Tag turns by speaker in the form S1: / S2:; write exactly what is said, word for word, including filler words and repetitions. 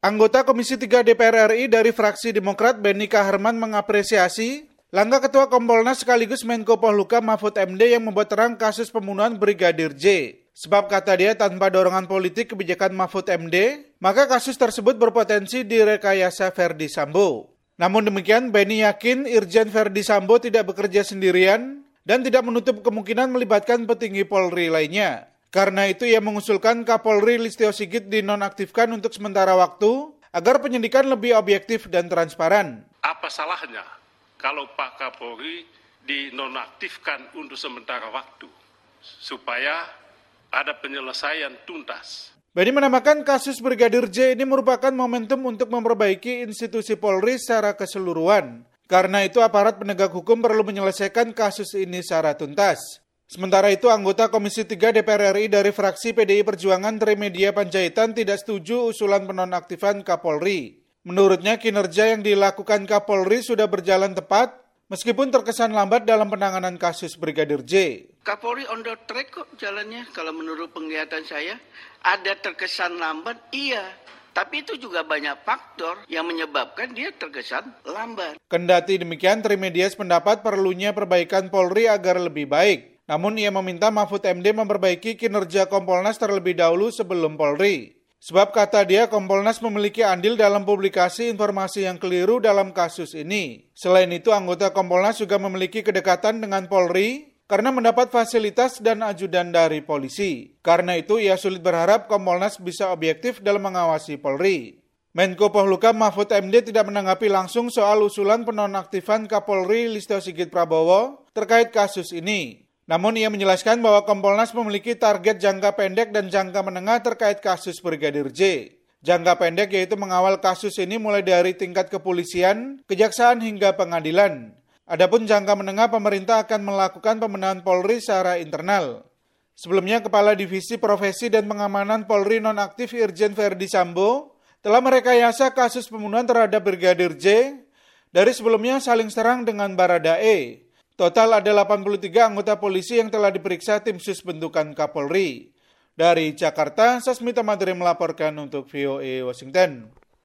S1: Anggota Komisi tiga D P R R I dari fraksi Demokrat Benny Kaharman mengapresiasi langkah Ketua Kompolnas sekaligus Menko Polhukam Mahfud M D yang membuat terang kasus pembunuhan Brigadir J. Sebab kata dia tanpa dorongan politik kebijakan Mahfud M D, maka kasus tersebut berpotensi direkayasa Verdi Sambo. Namun demikian, Benny yakin Irjen Verdi Sambo tidak bekerja sendirian dan tidak menutup kemungkinan melibatkan petinggi Polri lainnya. Karena itu ia mengusulkan Kapolri Listio Sigit dinonaktifkan untuk sementara waktu agar penyidikan lebih objektif dan transparan.
S2: Apa salahnya kalau Pak Kapolri dinonaktifkan untuk sementara waktu supaya ada penyelesaian tuntas?
S1: Benny menambahkan kasus Brigadir J ini merupakan momentum untuk memperbaiki institusi Polri secara keseluruhan. Karena itu aparat penegak hukum perlu menyelesaikan kasus ini secara tuntas. Sementara itu, anggota Komisi tiga D P R R I dari fraksi P D I Perjuangan Trimedia Panjaitan tidak setuju usulan penonaktifan Kapolri. Menurutnya, kinerja yang dilakukan Kapolri sudah berjalan tepat, meskipun terkesan lambat dalam penanganan kasus Brigadir J.
S3: Kapolri on the track kok jalannya, kalau menurut penglihatan saya. Ada terkesan lambat, iya. Tapi itu juga banyak faktor yang menyebabkan dia terkesan lambat.
S1: Kendati demikian, Trimedia sependapat perlunya perbaikan Polri agar lebih baik. Namun ia meminta Mahfud M D memperbaiki kinerja Kompolnas terlebih dahulu sebelum Polri. Sebab kata dia Kompolnas memiliki andil dalam publikasi informasi yang keliru dalam kasus ini. Selain itu anggota Kompolnas juga memiliki kedekatan dengan Polri karena mendapat fasilitas dan ajudan dari polisi. Karena itu ia sulit berharap Kompolnas bisa objektif dalam mengawasi Polri. Menko Polhukam Mahfud M D tidak menanggapi langsung soal usulan penonaktifan Kapolri Listio Sigit Prabowo terkait kasus ini. Namun ia menjelaskan bahwa Kompolnas memiliki target jangka pendek dan jangka menengah terkait kasus Brigadir J. Jangka pendek yaitu mengawal kasus ini mulai dari tingkat kepolisian, kejaksaan hingga pengadilan. Adapun jangka menengah pemerintah akan melakukan pembenahan Polri secara internal. Sebelumnya Kepala Divisi Profesi dan Pengamanan Polri nonaktif Irjen Verdi Sambo telah merekayasa kasus pembunuhan terhadap Brigadir J dari sebelumnya saling serang dengan Baradae. Total ada delapan puluh tiga anggota polisi yang telah diperiksa tim sus bentukan Kapolri. Dari Jakarta, Sasmita Madri melaporkan untuk V O A Washington.